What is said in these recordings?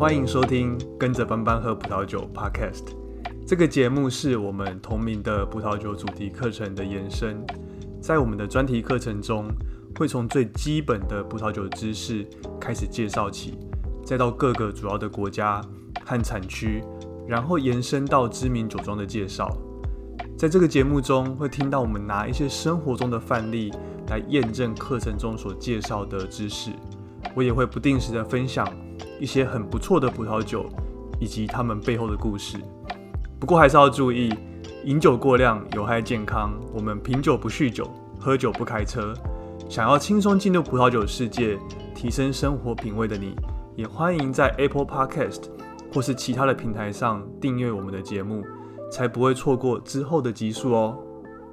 欢迎收听跟着班班喝葡萄酒 Podcast。这个节目是我们同名的葡萄酒主题课程的延伸。在我们的专题课程中，会从最基本的葡萄酒知识开始介绍起，再到各个主要的国家和产区，然后延伸到知名酒庄的介绍。在这个节目中，会听到我们拿一些生活中的范例来验证课程中所介绍的知识。我也会不定时的分享一些很不错的葡萄酒，以及他们背后的故事。不过还是要注意，饮酒过量有害健康。我们品酒不酗酒，喝酒不开车。想要轻松进入葡萄酒世界，提升生活品味的你，也欢迎在 Apple Podcast 或是其他的平台上订阅我们的节目，才不会错过之后的集数哦。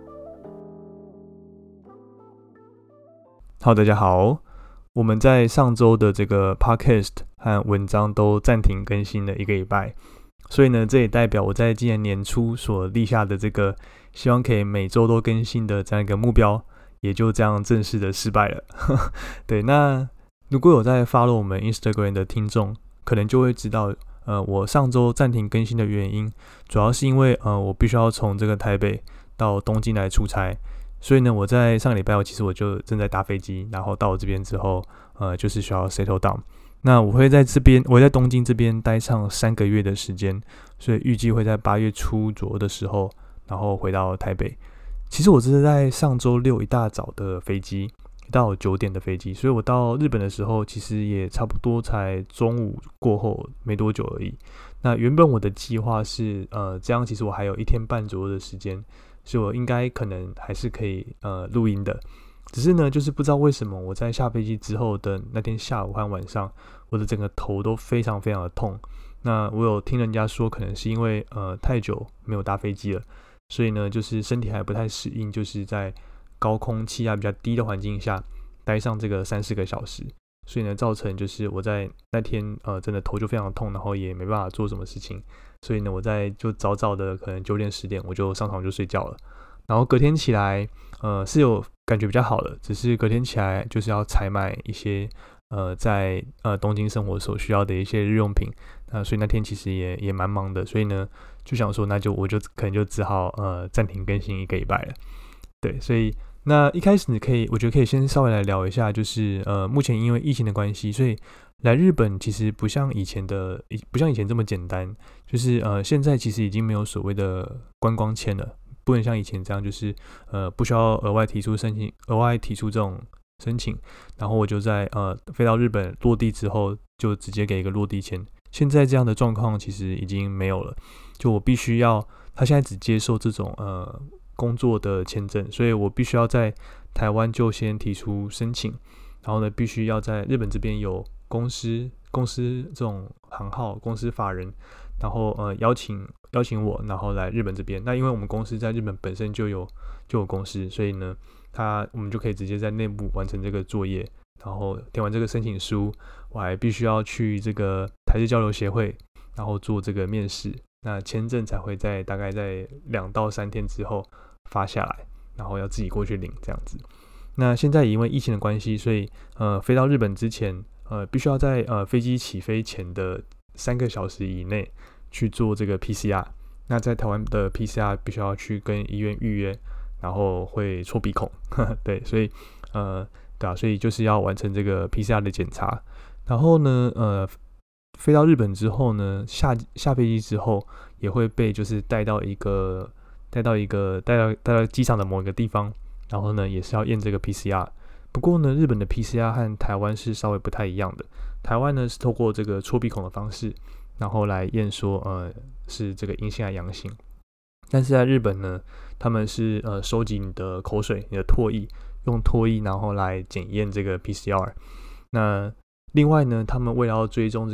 好，大家好。我们在上周的这个 podcast 和文章都暂停更新了1个礼拜，所以呢，这也代表我在今年年初所立下的这个希望可以每周都更新的这样一个目标，也就这样正式的失败了。对，那如果有在 follow 我们 Instagram 的听众，可能就会知道，我上周暂停更新的原因，主要是因为我必须要从这个台北到东京来出差。所以呢，我在上个礼拜其实我就正在搭飞机，然后到了这边之后，就是需要 settle down。那我会在东京这边待上3个月的时间，所以预计会在8月初左右的时候，然后回到台北。其实我这是在上周6一大早的飞机，到9点的飞机，所以我到日本的时候，其实也差不多才中午过后没多久而已。那原本我的计划是，这样其实我还有1天半左右的时间。所以我应该可能还是可以录音的，只是呢，就是不知道为什么我在下飞机之后的那天下午和晚上，我的整个头都非常非常的痛。那我有听人家说，可能是因为太久没有搭飞机了，所以呢，就是身体还不太适应，就是在高空气压比较低的环境下待上这个3-4个小时，所以呢，造成就是我在那天真的头就非常痛，然后也没办法做什么事情。所以呢，我就早早的可能9点10点我就上床就睡觉了，然后隔天起来，是有感觉比较好的，只是隔天起来就是要采买一些在东京生活所需要的一些日用品，所以那天其实也蛮忙的，所以呢就想说，我就可能就只好暂停更新1个礼拜了。对，所以那一开始我觉得可以先稍微来聊一下，就是目前因为疫情的关系，所以来日本其实不像以前这么简单，就是现在其实已经没有所谓的观光签了，不能像以前这样，就是不需要额外提出这种申请，然后我就在飞到日本落地之后就直接给一个落地签。现在这样的状况其实已经没有了，就我必须要，他现在只接受这种工作的签证，所以我必须要在台湾就先提出申请，然后呢必须要在日本这边有公司这种行号公司法人，然后邀请我，然后来日本这边。那因为我们公司在日本本身就有公司，所以呢我们就可以直接在内部完成这个作业，然后填完这个申请书，我还必须要去这个台日交流协会，然后做这个面试，那签证才会大概在2到3天之后发下来，然后要自己过去领这样子。那现在因为疫情的关系，所以飞到日本之前，必须要在飞机起飞前的3个小时以内去做这个 PCR。那在台湾的 PCR 必须要去跟医院预约，然后会戳鼻孔，对，所以对啊，所以就是要完成这个 PCR 的检查。然后呢，飞到日本之后呢，下飞机之后也会被就是带到机场的某一个地方，然后呢也是要验这个 PCR。不过呢，日本的 PCR 和台湾是稍微不太一样的。台湾呢是透过这个戳鼻孔的方式，然后来验说是这个阴性还阳性。但是在日本呢，他们是收集你的口水、你的唾液，用唾液然后来检验这个 PCR。那另外呢，他们为了要追踪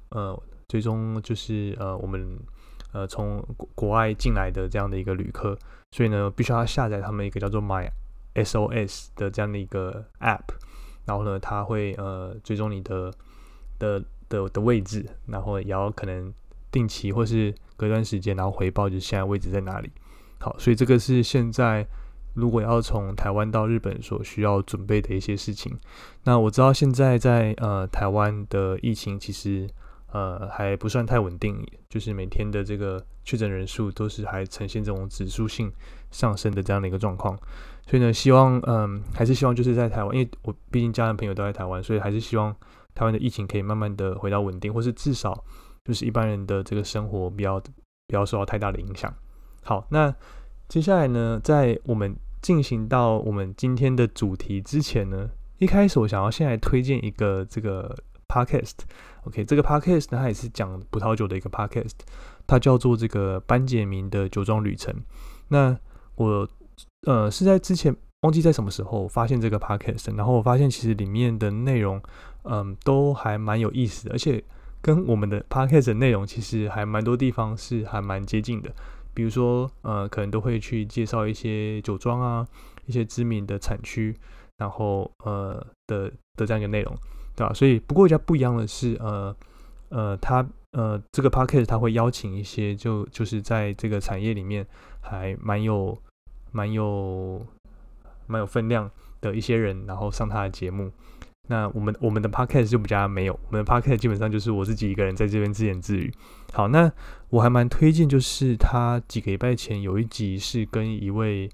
就是我们从国外进来的这样的一个旅客，所以呢必须要下载他们一个叫做 MySOS 的这样的一个 App， 然后呢它会追踪你的位置，然后也要可能定期或是隔段时间然后回报就是现在位置在哪里。好，所以这个是现在如果要从台湾到日本所需要准备的一些事情。那我知道现在在台湾的疫情其实还不算太稳定，就是每天的这个确诊人数都是还呈现这种指数性上升的这样的一个状况。所以呢，还是希望就是在台湾，因为我毕竟家人朋友都在台湾，所以还是希望台湾的疫情可以慢慢的回到稳定，或是至少就是一般人的这个生活不要受到太大的影响。好，那接下来呢，在我们进行到我们今天的主题之前呢，一开始我想要先来推荐一个这个 podcast。OK， 这个 podcast 呢，它也是讲葡萄酒的一个 podcast， 它叫做这个班杰明的酒庄旅程。那我是在之前忘记在什么时候发现这个 podcast， 然后我发现其实里面的内容都还蛮有意思的，而且跟我们的 podcast 的内容其实还蛮多地方是还蛮接近的。比如说可能都会去介绍一些酒庄啊，一些知名的产区，然后的这样一个内容，对吧？所以不过比较不一样的是它这个 podcast 它会邀请一些就是在这个产业里面还蛮有分量的一些人，然后上他的节目。那我们的 podcast 就比较没有，我们的 podcast 基本上就是我自己一个人在这边自言自语。好，那我还蛮推荐，就是他几个礼拜前有一集是跟一位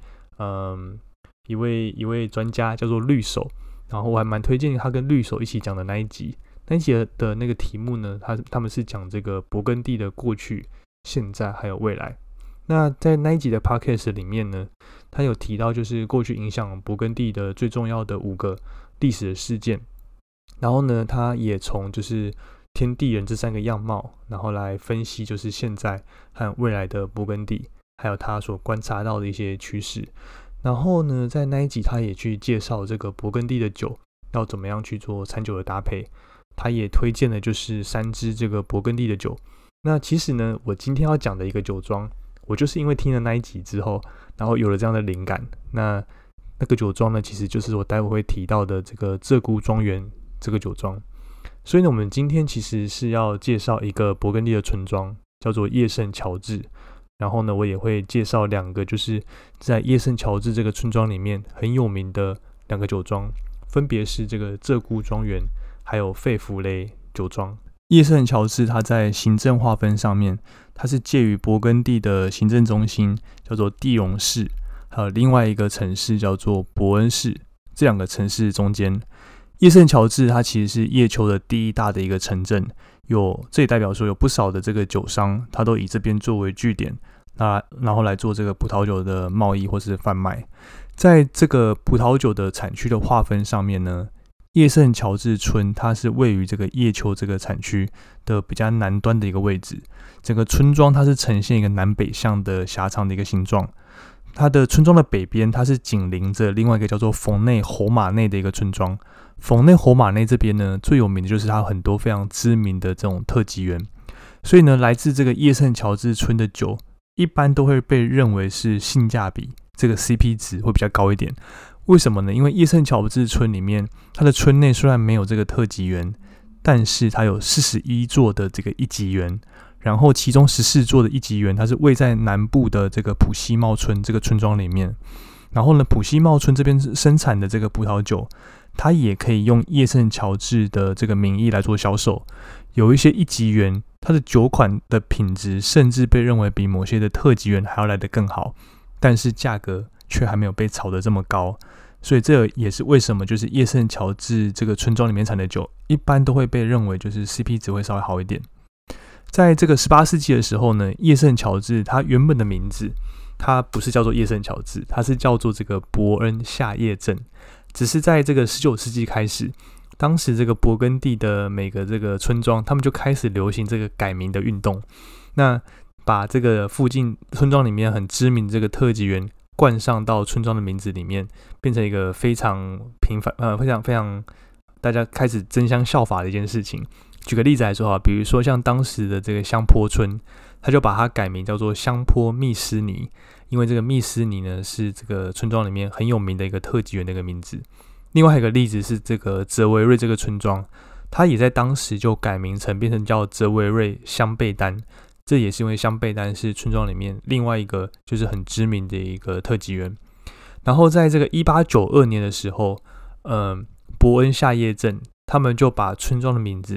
专家叫做绿手，然后我还蛮推荐他跟绿手一起讲的那一集。那一集的那个题目呢，他们是讲这个勃艮第的过去、现在还有未来。那在那一集的 podcast 里面呢，他有提到就是过去影响勃艮第的最重要的5个历史的事件，然后呢，他也从就是天地人这3个样貌，然后来分析就是现在和未来的勃艮第，还有他所观察到的一些趋势。然后呢，在那一集他也去介绍这个勃艮第的酒要怎么样去做餐酒的搭配，他也推荐了就是3支这个勃艮第的酒。那其实呢，我今天要讲的一个酒庄，我就是因为听了那一集之后，然后有了这样的灵感。那个酒庄呢，其实就是我待会会提到的这个鹧鸪庄园这个酒庄。所以呢，我们今天其实是要介绍一个勃艮第的村庄，叫做叶圣乔治。然后呢，我也会介绍2个就是在叶圣乔治这个村庄里面很有名的2个酒庄，分别是这个鹧鸪庄园还有费弗雷酒庄。叶圣乔治它在行政划分上面，它是介于勃艮第的行政中心叫做蒂荣市，还有另外一个城市叫做伯恩市，这2个城市中间。叶圣乔治它其实是叶丘的第1大的一个城镇，这也代表说有不少的这个酒商，它都以这边作为据点，然后来做这个葡萄酒的贸易或是贩卖。在这个葡萄酒的产区的划分上面呢，叶圣乔治村它是位于这个叶丘这个产区的比较南端的一个位置，整个村庄它是呈现一个南北向的狭长的一个形状。它的村庄的北边，它是紧邻着另外一个叫做冯内侯马内的一个村庄。冯内侯马内这边呢，最有名的就是它很多非常知名的这种特级园，所以呢，来自这个叶圣乔治村的酒，一般都会被认为是性价比这个 CP 值会比较高一点。为什么呢？因为叶圣乔治村里面，它的村内虽然没有这个特级园，但是它有41座的这个1级园，然后其中14座的1级园，它是位在南部的这个普西茂村这个村庄里面。然后呢，普西茂村这边生产的这个葡萄酒，它也可以用叶圣乔治的这个名义来做销售。有一些1级园，它的酒款的品质甚至被认为比某些的特级园还要来得更好，但是价格却还没有被炒得这么高。所以这也是为什么就是叶圣乔治这个村庄里面产的酒，一般都会被认为就是 CP 值会稍微好一点。在这个18世纪的时候呢，叶圣乔治它原本的名字，它不是叫做叶圣乔治，它是叫做这个伯恩夏叶镇。只是在这个19世纪开始，当时这个勃艮第的每个这个村庄，他们就开始流行这个改名的运动。那把这个附近村庄里面很知名的这个特级园冠上到村庄的名字里面，变成一个非常频繁非常大家开始争相效法的一件事情。举个例子来说比如说像当时的这个香坡村，他就把它改名叫做香坡密斯尼，因为这个密斯尼呢是这个村庄里面很有名的一个特级园的一个名字。另外一个例子是这个泽维瑞这个村庄，它也在当时就改名成变成叫泽维瑞香贝丹，这也是因为香贝丹是村庄里面另外一个就是很知名的一个特级园。然后在这个1892年的时候，伯恩夏叶镇他们就把村庄的名字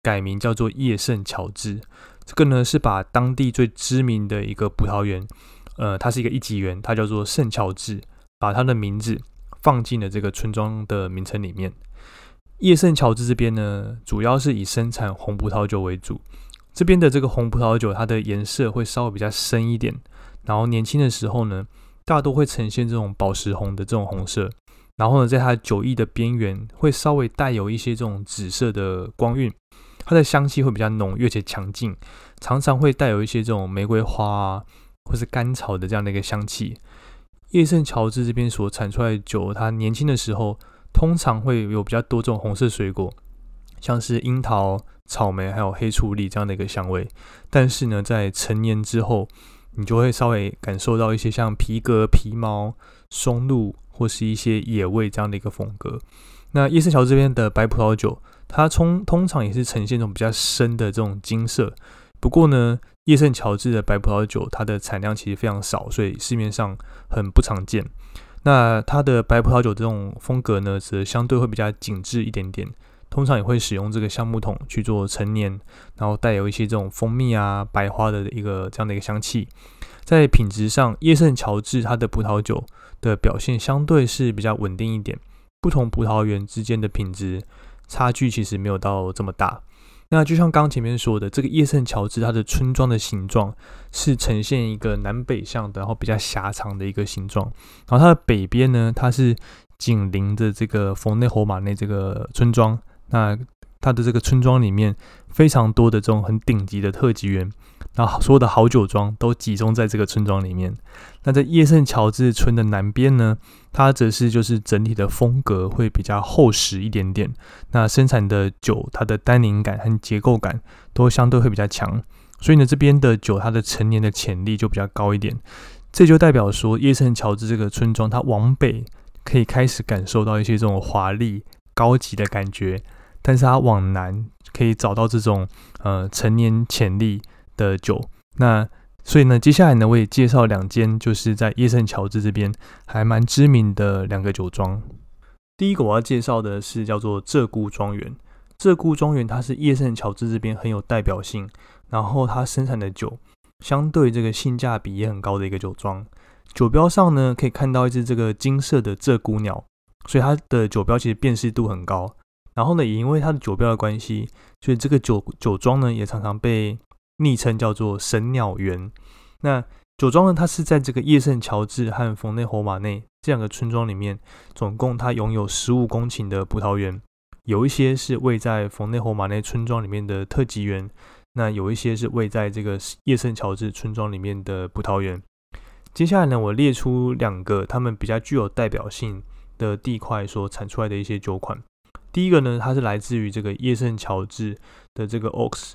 改名叫做叶圣乔治。这个呢是把当地最知名的一个葡萄园，它是一个1级园，它叫做圣乔治，把它的名字放进了这个村庄的名称里面。叶圣乔治这边呢，主要是以生产红葡萄酒为主。这边的这个红葡萄酒，它的颜色会稍微比较深一点，然后年轻的时候呢，大多会呈现这种宝石红的这种红色。然后呢，在它的酒液的边缘会稍微带有一些这种紫色的光晕，它的香气会比较浓郁且强劲，常常会带有一些这种玫瑰花啊，或是甘草的这样的一个香气。叶圣乔治这边所产出来的酒，它年轻的时候通常会有比较多这种红色水果，像是樱桃、草莓还有黑醋栗这样的一个香味。但是呢，在成年之后，你就会稍微感受到一些像皮革、皮毛、松露或是一些野味这样的一个风格。那叶圣乔这边的白葡萄酒，它通常也是呈现这种比较深的这种金色。不过呢，叶圣乔治的白葡萄酒它的产量其实非常少，所以市面上很不常见。那它的白葡萄酒这种风格呢，则相对会比较紧致一点点，通常也会使用这个橡木桶去做陈年，然后带有一些这种蜂蜜啊、白花的一个这样的一个香气。在品质上，叶圣乔治它的葡萄酒的表现相对是比较稳定一点，不同葡萄园之间的品质差距其实没有到这么大。那就像刚刚前面说的，这个叶圣乔治它的村庄的形状是呈现一个南北向的，然后比较狭长的一个形状。然后它的北边呢，它是紧邻着这个冯内侯马内这个村庄。那它的这个村庄里面非常多的这种很顶级的特级园，然后所有的好酒庄都集中在这个村庄里面。那在叶圣乔治村的南边呢，它则是就是整体的风格会比较厚实一点点。那生产的酒，它的单宁感和结构感都相对会比较强，所以呢，这边的酒它的陈年的潜力就比较高一点。这就代表说，叶圣乔治这个村庄，它往北可以开始感受到一些这种华丽、高级的感觉，但是它往南可以找到这种陈年潜力的酒。那所以呢，接下来呢，我也介绍2间，就是在叶圣乔治这边还蛮知名的2个酒庄。第一个我要介绍的是叫做鹧鸪庄园。鹧鸪庄园它是叶圣乔治这边很有代表性，然后它生产的酒相对这个性价比也很高的一个酒庄。酒标上呢可以看到一只这个金色的鹧鸪鸟，所以它的酒标其实辨识度很高。然后呢，也因为它的酒标的关系，所以这个酒庄呢也常常被昵称叫做神鸟园。那酒庄呢，它是在这个叶圣乔治和冯内侯马内这2个村庄里面，总共它拥有15公顷的葡萄园，有一些是位在冯内侯马内村庄里面的特级园，那有一些是位在这个叶圣乔治村庄里面的葡萄园。接下来呢，我列出2个他们比较具有代表性的地块所产出来的一些酒款。第一个呢，它是来自于这个叶圣乔治的这个 Oaks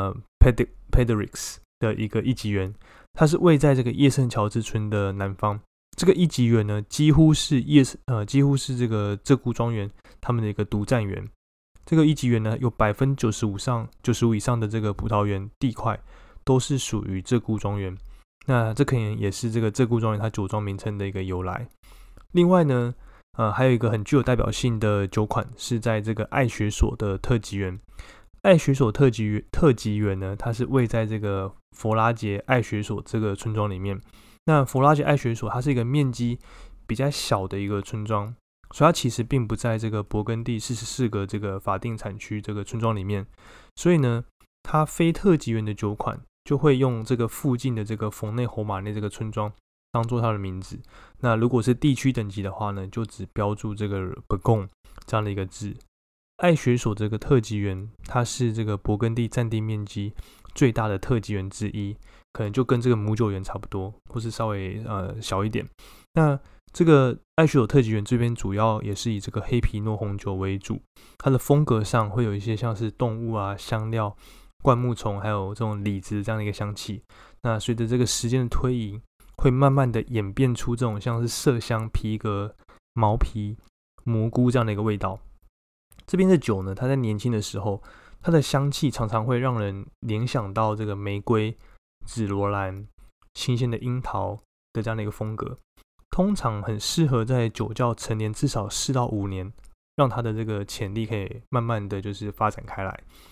Pedrix 的一个1级园，它是位在这个叶圣乔治村的南方。这个1级园呢，几乎是这个鹧鸪庄园他们的一个独占园。这个1级园呢，有95%以上的这个葡萄园地块都是属于鹧鸪庄园。那这可能也是这个鹧鸪庄园它酒庄名称的一个由来。另外呢，还有一个很具有代表性的酒款是在这个爱学所的特级园。爱学所特级园呢，它是位在这个佛拉杰爱学所这个村庄里面。那佛拉杰爱学所它是一个面积比较小的一个村庄，所以它其实并不在这个勃艮第44个这个法定产区这个村庄里面。所以呢，它非特级园的酒款就会用这个附近的这个冯内侯马内这个村庄当做它的名字。那如果是地区等级的话呢，就只标注这个 Burgond 这样的一个字。爱学所这个特级园，它是这个勃艮第占地面积最大的特级园之一，可能就跟这个母酒园差不多，或是稍微小一点。那这个爱学所特级园这边主要也是以这个黑皮诺红酒为主，它的风格上会有一些像是动物啊、香料、灌木丛，还有这种李子这样的一个香气。那随着这个时间的推移，会慢慢的演变出这种像是麝香、皮革、毛皮、蘑菇这样的一个味道。这边的酒呢，它在年轻的时候，它的香气常常会让人联想到这个玫瑰、紫罗兰、新鲜的樱桃的这样的一个风格，通常很适合在酒窖陈年至少4到5年，让它的这个潜力可以慢慢的就是发展开来。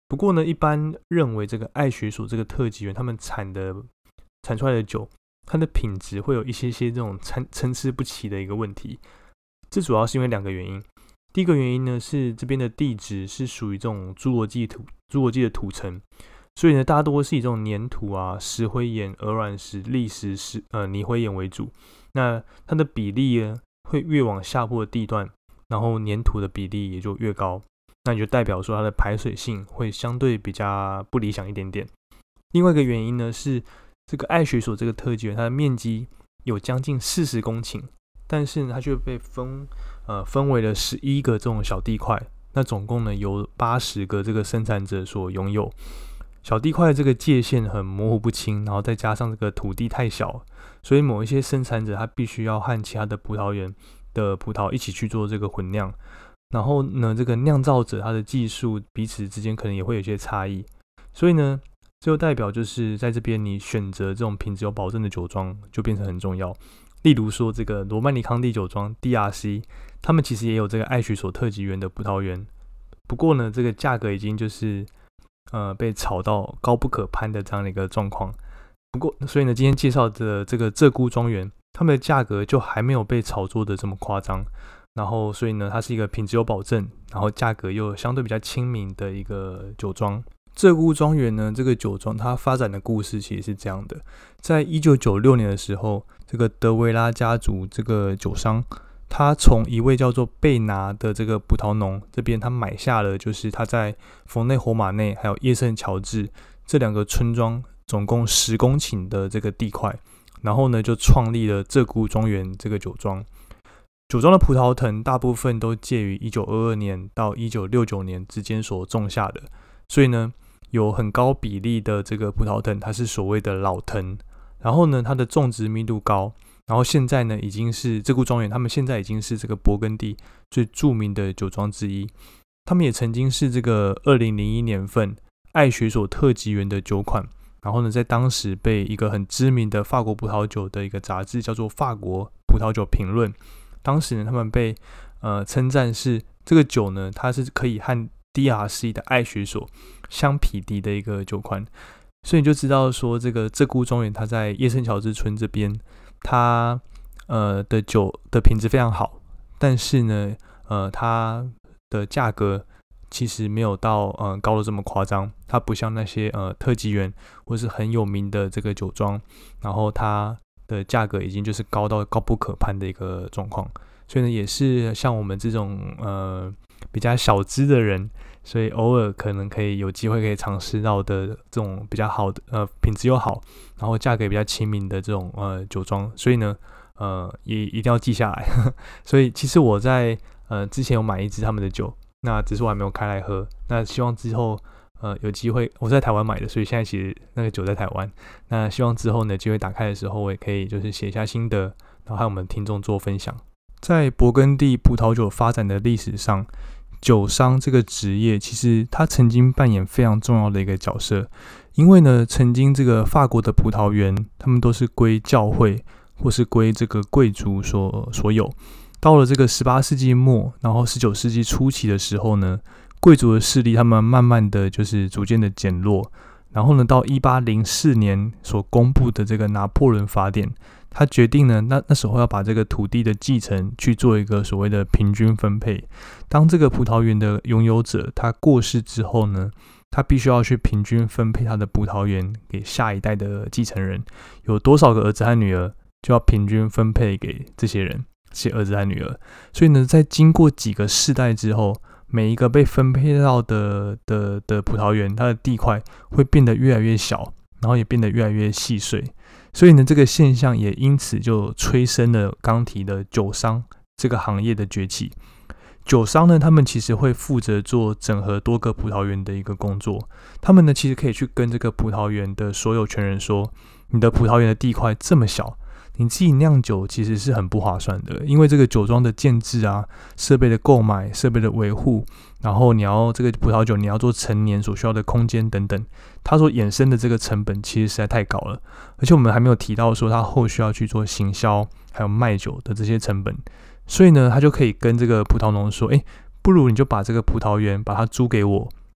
不过呢，一般认为这个爱学所这个特级园他们产出来的酒，它的品质会有一些这种参差不齐的一个问题。这主要是因为2个原因。第一个原因呢是这边的地质是属于这种侏罗纪的土层，所以呢大多是以这种粘土啊、石灰岩、鹅卵石、砾石、泥灰岩为主。那它的比例呢会越往下坡的地段，然后粘土的比例也就越高，那也就代表说它的排水性会相对比较不理想一点点。另外一个原因呢是这个爱学所这个特级园，它的面积有将近40公顷，但是呢它却被分为了11个这种小地块，那总共呢由80个这个生产者所拥有。小地块的这个界限很模糊不清，然后再加上这个土地太小，所以某一些生产者他必须要和其他的葡萄园的葡萄一起去做这个混酿，然后呢这个酿造者他的技术彼此之间可能也会有一些差异，所以呢这就代表就是在这边你选择这种品质有保证的酒庄就变成很重要。例如说这个罗曼尼康帝酒庄 DRC， 他们其实也有这个爱学所特级园的葡萄园，不过呢这个价格已经就是被炒到高不可攀的这样的一个状况。不过所以呢今天介绍的这个鹧鸪庄园，他们的价格就还没有被炒作的这么夸张，然后所以呢它是一个品质有保证，然后价格又相对比较亲民的一个酒庄。鹧鸪庄园呢这个酒庄它发展的故事其实是这样的，在1996年的时候，这个德维拉家族这个酒商，他从一位叫做贝拿的这个葡萄农这边，他买下了就是他在冯内火马内还有叶圣乔治这2个村庄总共10公顷的这个地块，然后呢就创立了鹧鸪庄园这个酒庄。酒庄的葡萄藤大部分都介于1922年到1969年之间所种下的，所以呢有很高比例的这个葡萄藤它是所谓的老藤，然后呢它的种植密度高，然后现在呢已经是鹧鸪庄园，他们现在已经是这个勃艮第最著名的酒庄之一。他们也曾经是这个2001年份爱学所特级园的酒款，然后呢在当时被一个很知名的法国葡萄酒的一个杂志叫做法国葡萄酒评论，当时呢他们被称赞是这个酒呢它是可以和 DRC 的爱学所相匹敌的一个酒款。所以你就知道说这个鹧鸪庄园它在叶圣乔治村这边，它的酒的品质非常好，但是呢它的价格其实没有到高的这么夸张，它不像那些特级园或是很有名的这个酒庄，然后它的价格已经就是高到高不可攀的一个状况。所以呢也是像我们这种比较小资的人，所以偶尔可能可以有机会可以尝试到的这种比较好的品质又好，然后价格也比较亲民的这种酒庄，所以呢也一定要记下来所以其实我在之前有买一支他们的酒，那只是我还没有开来喝，那希望之后有机会，我是在台湾买的，所以现在其实那个酒在台湾，那希望之后呢机会打开的时候，我也可以就是写一下心得，然后和我们听众做分享。在勃艮第葡萄酒发展的历史上，酒商这个职业其实他曾经扮演非常重要的一个角色，因为呢曾经这个法国的葡萄园他们都是归教会或是归这个贵族所有，到了这个18世纪末然后19世纪初期的时候呢，贵族的势力他们慢慢的就是逐渐的减弱，然后呢到1804年所公布的这个拿破仑法典，他决定呢那时候要把这个土地的继承去做一个所谓的平均分配。当这个葡萄园的拥有者他过世之后呢，他必须要去平均分配他的葡萄园给下一代的继承人，有多少个儿子和女儿就要平均分配给这些人，这些儿子和女儿。所以呢在经过几个世代之后，每一个被分配到的葡萄园，它的地块会变得越来越小，然后也变得越来越细碎。所以呢这个现象也因此就催生了刚提的酒商这个行业的崛起。酒商呢他们其实会负责做整合多个葡萄园的一个工作，他们呢其实可以去跟这个葡萄园的所有权人说，你的葡萄园的地块这么小，你自己酿酒其实是很不划算的，因为这个酒庄的建制啊、设备的购买、设备的维护，然后你要这个葡萄酒你要做陈年所需要的空间等等，它所衍生的这个成本其实实在太高了，而且我们还没有提到说它后续要去做行销还有卖酒的这些成本。所以呢他就可以跟这个葡萄农说，不如你就把这个葡萄园把它租给我，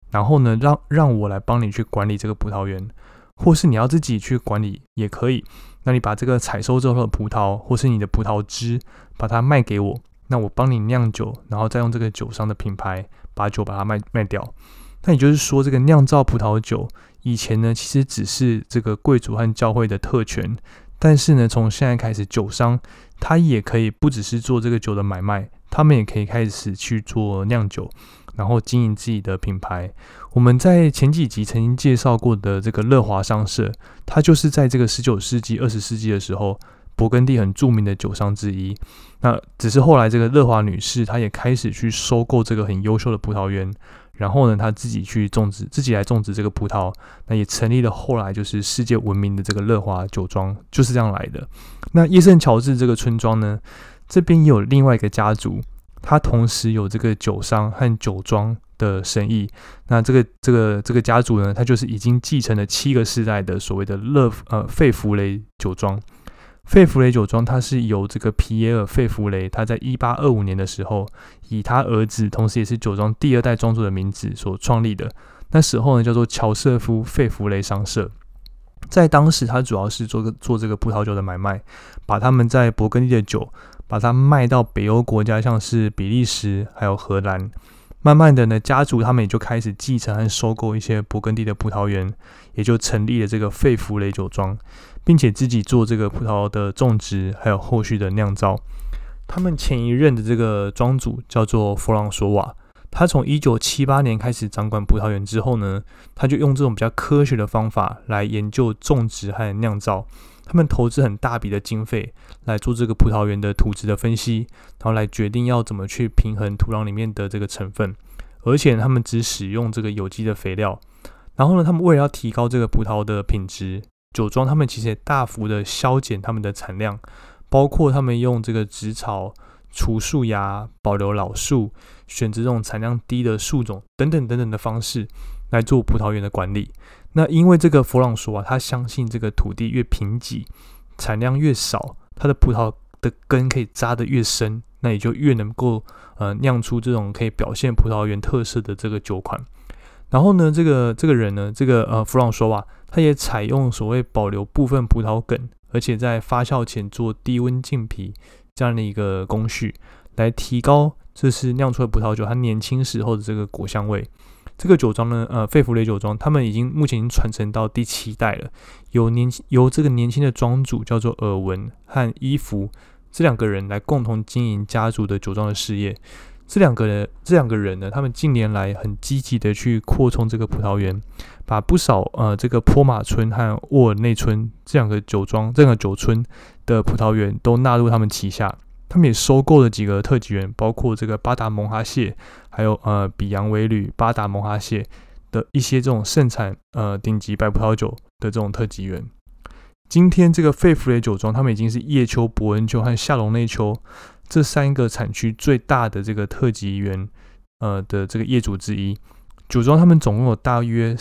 然后呢让我来帮你去管理这个葡萄园，或是你要自己去管理也可以。那你把这个采收之后的葡萄或是你的葡萄汁把它卖给我，那我帮你酿酒，然后再用这个酒商的品牌把酒把它卖掉。那也就是说，这个酿造葡萄酒以前呢，其实只是这个贵族和教会的特权，但是呢，从现在开始，酒商他也可以不只是做这个酒的买卖，他们也可以开始去做酿酒，然后经营自己的品牌。我们在前几集曾经介绍过的这个乐华商社，它就是在这个19世纪、20世纪的时候，勃艮第很著名的酒商之一。那只是后来这个乐华女士，她也开始去收购这个很优秀的葡萄园。然后呢，他自己来种植这个葡萄，那也成立了后来就是世界闻名的这个乐华酒庄，就是这样来的。那耶圣乔治这个村庄呢，这边也有另外一个家族，他同时有这个酒商和酒庄的生意。那这个家族呢，他就是已经继承了7个世代的所谓的费弗雷酒庄。费弗雷酒庄，它是由这个皮耶尔·费弗雷，他在1825年的时候，以他儿子，同时也是酒庄第2代庄主的名字所创立的。那时候呢，叫做乔瑟夫·费弗雷商社。在当时，他主要是做这个葡萄酒的买卖，把他们在勃艮第的酒，把它卖到北欧国家，像是比利时还有荷兰。慢慢的呢，家族他们也就开始继承和收购一些勃艮第的葡萄园，也就成立了这个费弗雷酒庄，并且自己做这个葡萄的种植，还有后续的酿造。他们前一任的这个庄主叫做弗朗索瓦，他从1978年开始掌管葡萄园之后呢，他就用这种比较科学的方法来研究种植和酿造。他们投资很大笔的经费来做这个葡萄园的土质的分析，然后来决定要怎么去平衡土壤里面的这个成分，而且他们只使用这个有机的肥料。然后呢，他们为了要提高这个葡萄的品质，酒庄他们其实也大幅的削减他们的产量，包括他们用这个植草、除树芽、保留老树、选择这种产量低的树种等等等等的方式来做葡萄园的管理。那因为这个弗朗索瓦他相信这个土地越贫瘠，产量越少，它的葡萄的根可以扎得越深，那也就越能够酿出这种可以表现葡萄园特色的这个酒款。然后呢，这个人呢，弗朗索瓦他也采用所谓保留部分葡萄梗，而且在发酵前做低温浸皮这样的一个工序，来提高这是酿出的葡萄酒它年轻时候的这个果香味。这个酒庄呢，费弗雷酒庄，他们目前已经传承到第7代了。由这个年轻的庄主叫做尔文和伊弗这2个人来共同经营家族的酒庄的事业。这两个人呢，他们近年来很积极的去扩充这个葡萄园，把不少这个坡马村和沃尔内村这2个酒村的葡萄园都纳入他们旗下。他们也收购了几个特级园，包括这个巴达蒙哈谢，还有比扬维吕、巴达蒙哈谢的一些这种盛产顶级白葡萄酒的这种特级园。今天这个费弗雷酒庄，他们已经是叶丘、伯恩丘和夏隆内丘这3个产区最大的这个特级园的这个业主之一。酒庄他们总共有大约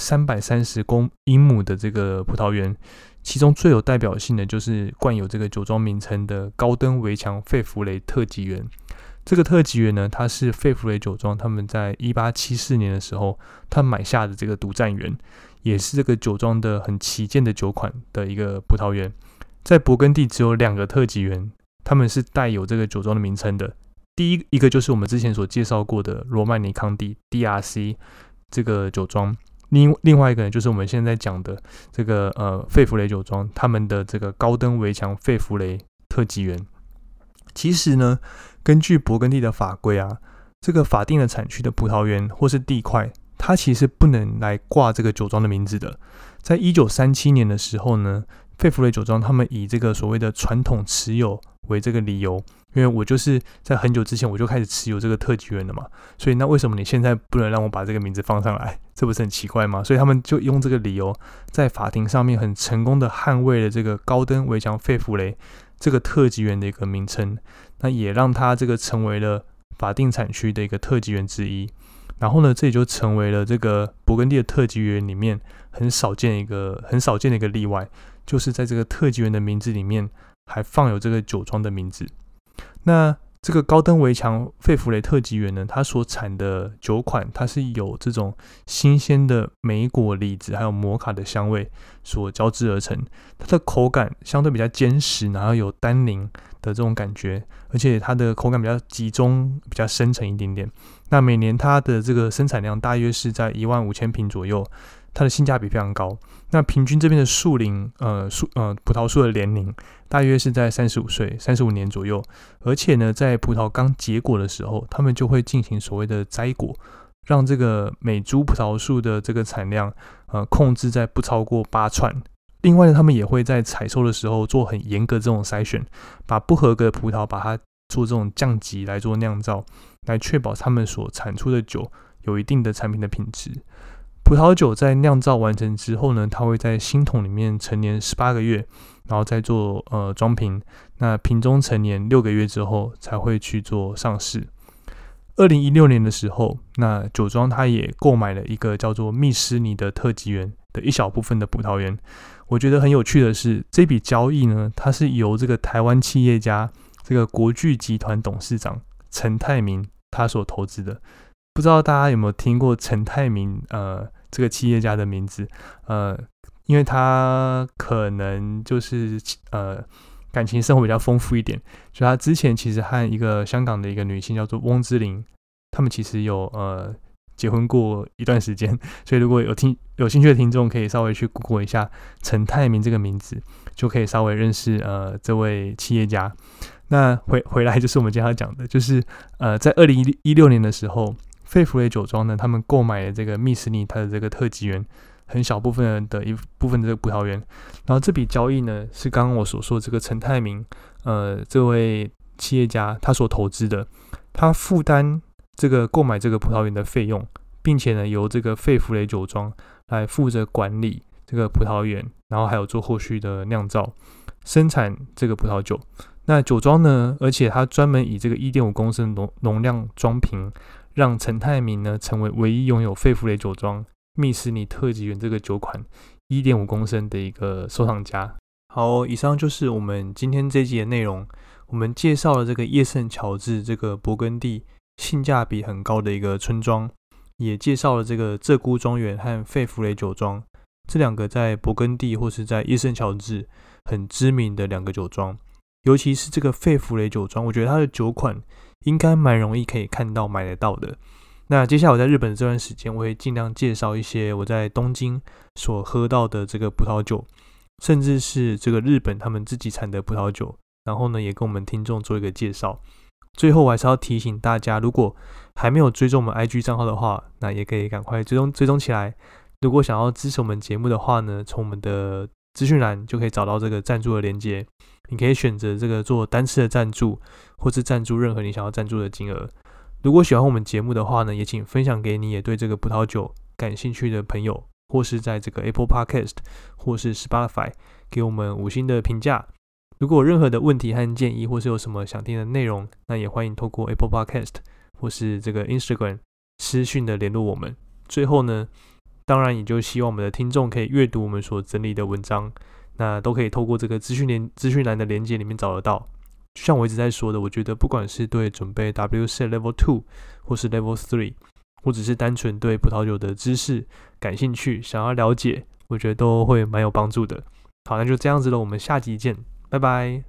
330英亩的这个葡萄园。其中最有代表性的就是冠有这个酒庄名称的高登围墙费弗雷特级园。这个特级园呢，它是费弗雷酒庄他们在1874年的时候，他买下的这个独占园，也是这个酒庄的很旗舰的酒款的一个葡萄园。在勃艮第只有2个特级园，他们是带有这个酒庄的名称的。第一个就是我们之前所介绍过的罗曼尼康帝 DRC 这个酒庄。另外一个呢，就是我们现在讲的这个费弗雷酒庄，他们的这个高登围墙费弗雷特级园。其实呢，根据勃艮第的法规啊，这个法定的产区的葡萄园或是地块，它其实不能来挂这个酒庄的名字的。在1937年的时候呢，费弗雷酒庄他们以这个所谓的传统持有为这个理由，因为我就是在很久之前我就开始持有这个特级园了嘛，所以那为什么你现在不能让我把这个名字放上来？这不是很奇怪吗？所以他们就用这个理由，在法庭上面很成功的捍卫了这个高登围墙费弗雷这个特级园的一个名称，那也让它这个成为了法定产区的一个特级园之一。然后呢，这也就成为了这个勃艮第的特级园里面很少见的一个例外，就是在这个特级园的名字里面还放有这个酒庄的名字。那这个高登围墙费弗雷特级园呢，它所产的酒款，它是有这种新鲜的莓果、李子还有摩卡的香味所交织而成。它的口感相对比较坚实，然后有单宁的这种感觉，而且它的口感比较集中，比较深沉一点点。那每年它的这个生产量大约是在15000瓶左右，它的性价比非常高。那平均这边的树龄，葡萄树的年龄大约是在35岁、35年左右。而且呢，在葡萄刚结果的时候，他们就会进行所谓的摘果，让这个每株葡萄树的这个产量，控制在不超过8串。另外呢，他们也会在采收的时候做很严格这种筛选，把不合格的葡萄把它做这种降级来做酿造，来确保他们所产出的酒有一定的产品的品质。葡萄酒在酿造完成之后呢，它会在新桶里面陈年18个月，然后再做装瓶。那瓶中陈年6个月之后才会去做上市。2016年的时候，那酒庄它也购买了一个叫做密斯尼的特级园的一小部分的葡萄园。我觉得很有趣的是，这笔交易呢，它是由这个台湾企业家这个国巨集团董事长陈泰明他所投资的。不知道大家有没有听过陈泰明这个企业家的名字？因为他可能就是感情生活比较丰富一点，就他之前其实和一个香港的一个女性叫做翁之琳，他们其实有结婚过一段时间，所以如果有兴趣的听众可以稍微去 Google 一下陈泰明这个名字，就可以稍微认识这位企业家。那回来就是我们今天要讲的，就是在2016年的时候，费弗雷酒庄呢，他们购买了这个密斯尼它的这个特级园，很小部分的一部分的这个葡萄园。然后这笔交易呢，是刚刚我所说的这个陈泰明这位企业家他所投资的，他负担这个购买这个葡萄园的费用，并且呢由这个费弗雷酒庄来负责管理这个葡萄园，然后还有做后续的酿造、生产这个葡萄酒。那酒庄呢，而且他专门以这个 1.5 公升容量装瓶，让陈泰明呢成为唯一拥有费弗雷酒庄密斯尼特级园这个酒款 1.5 公升的一个收藏家。好，以上就是我们今天这集的内容。我们介绍了这个叶圣乔治这个勃艮第性价比很高的一个村庄，也介绍了这个鹧鸪庄园和费弗雷酒庄这两个在勃艮第或是在叶圣乔治很知名的两个酒庄。尤其是这个费弗雷酒庄，我觉得它的酒款应该蛮容易可以看到买得到的。那接下来我在日本这段时间，我会尽量介绍一些我在东京所喝到的这个葡萄酒，甚至是这个日本他们自己产的葡萄酒，然后呢也跟我们听众做一个介绍。最后我还是要提醒大家，如果还没有追踪我们 IG 账号的话，那也可以赶快追踪起来。如果想要支持我们节目的话呢，从我们的资讯栏就可以找到这个赞助的连结，你可以选择这个做单次的赞助，或是赞助任何你想要赞助的金额。如果喜欢我们节目的话呢，也请分享给你也对这个葡萄酒感兴趣的朋友，或是在这个 Apple Podcast 或是 Spotify 给我们5星的评价。如果有任何的问题和建议，或是有什么想听的内容，那也欢迎透过 Apple Podcast 或是这个 Instagram 私讯的联络我们。最后呢，当然也就希望我们的听众可以阅读我们所整理的文章，那都可以透过这个资讯栏的连结里面找得到。就像我一直在说的，我觉得不管是对准备 WSET Level 2或是 Level 3，或者是单纯对葡萄酒的知识感兴趣，想要了解，我觉得都会蛮有帮助的。好，那就这样子了，我们下集见，拜拜。